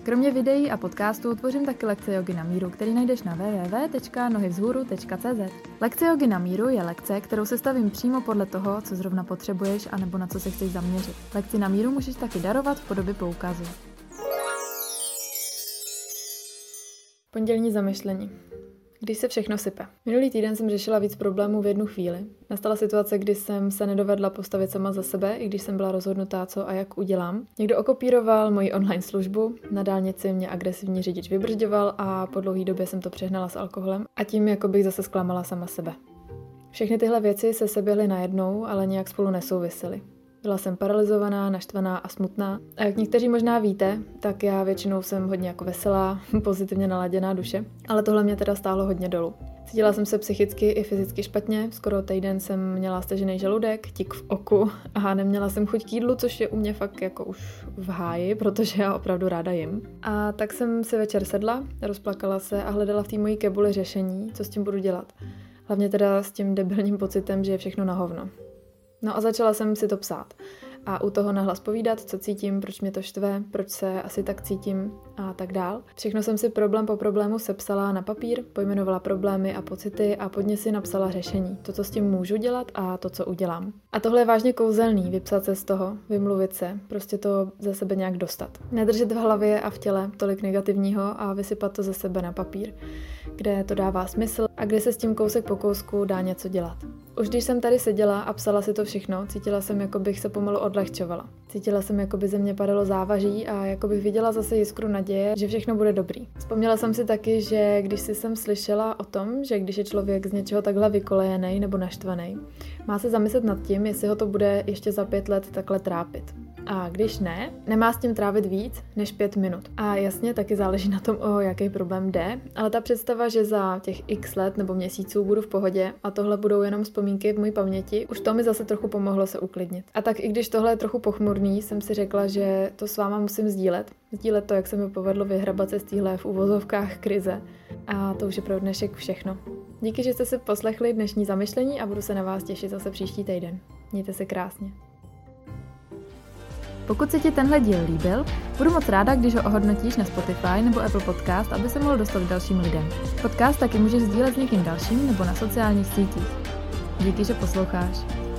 Kromě videí a podcastů tvořím taky lekce jogy na míru, který najdeš na www.nohyvzhůru.cz. Lekce jogy na míru je lekce, kterou sestavím přímo podle toho, co zrovna potřebuješ anebo na co se chceš zaměřit. Lekci na míru můžeš taky darovat v podobě poukazu. Pondělní zamyšlení. Když se všechno sype. Minulý týden jsem řešila víc problémů v jednu chvíli. Nastala situace, kdy jsem se nedovedla postavit sama za sebe, i když jsem byla rozhodnutá, co a jak udělám. Někdo okopíroval moji online službu, na dálnici mě agresivní řidič vybržďoval a po dlouhé době jsem to přehnala s alkoholem a tím jako bych zase zklamala sama sebe. Všechny tyhle věci se seběhly najednou, ale nějak spolu nesouvisely. Byla jsem paralyzovaná, naštvaná a smutná. A jak někteří možná víte, tak já většinou jsem hodně jako veselá, pozitivně naladěná duše, ale tohle mě teda stálo hodně dolů. Cítila jsem se psychicky i fyzicky špatně, skoro týden jsem měla stažený žaludek, tik v oku a neměla jsem chuť k jídlu, což je u mě fakt jako už v háji, protože já opravdu ráda jim. A tak jsem si večer sedla, rozplakala se a hledala v té mojí kebuli řešení, co s tím budu dělat. Hlavně teda s tím debilním pocitem, že je všechno na hovno. No a začala jsem si to psát a u toho nahlas povídat, co cítím, proč mě to štve, proč se asi tak cítím a tak dál. Všechno jsem si problém po problému sepsala na papír, pojmenovala problémy a pocity a pod ně si napsala řešení, to, co s tím můžu dělat a to, co udělám. A tohle je vážně kouzelný, vypsat se z toho, vymluvit se, prostě to ze sebe nějak dostat. Nedržet v hlavě a v těle tolik negativního a vysypat to ze sebe na papír, kde to dává smysl a kde se s tím kousek po kousku dá něco dělat. Už když jsem tady seděla a psala si to všechno, cítila jsem, jako bych se pomalu odlehčovala. Cítila jsem, jako by ze mě padalo závaží a jako bych viděla zase jiskru naděje, že všechno bude dobrý. Vzpomněla jsem si taky, že když jsem slyšela o tom, že když je člověk z něčeho takhle vykolejený nebo naštvaný, má se zamyslet nad tím, jestli ho to bude ještě za 5 let takhle trápit. A když ne, nemá s tím trávit víc než 5 minut. A jasně, taky záleží na tom, o jaký problém jde, ale ta představa, že za těch x let nebo měsíců budu v pohodě a tohle budou jenom vzpomínky v mojí paměti, už to mi zase trochu pomohlo se uklidnit. A tak i když tohle je trochu pochmurný, jsem si řekla, že to s váma musím sdílet. Sdílet to, jak se mi povedlo vyhrabat se z téhle v uvozovkách krize. A to už je pro dnešek všechno. Díky, že jste si poslechli dnešní zamyšlení a budu se na vás těšit zase příští týden. Mějte se krásně. Pokud se ti tenhle díl líbil, budu moc ráda, když ho ohodnotíš na Spotify nebo Apple Podcast, aby se mohl dostat k dalším lidem. Podcast taky můžeš sdílet s někým dalším nebo na sociálních sítích. Díky, že posloucháš.